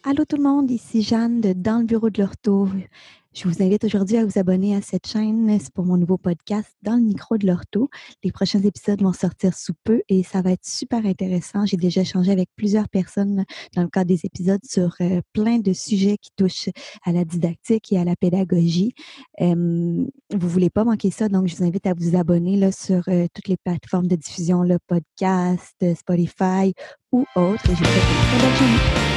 Allô tout le monde, ici Jeanne de Dans le bureau de l'ortho. Je vous invite aujourd'hui à vous abonner à cette chaîne. C'est pour mon nouveau podcast Dans le micro de l'ortho. Les prochains épisodes vont sortir sous peu et ça va être super intéressant. J'ai déjà échangé avec plusieurs personnes dans le cadre des épisodes sur plein de sujets qui touchent à la didactique et à la pédagogie. Vous voulez pas manquer ça, donc je vous invite à vous abonner là, sur toutes les plateformes de diffusion, le podcast, Spotify ou autres. Et je vous souhaite une très bonne journée.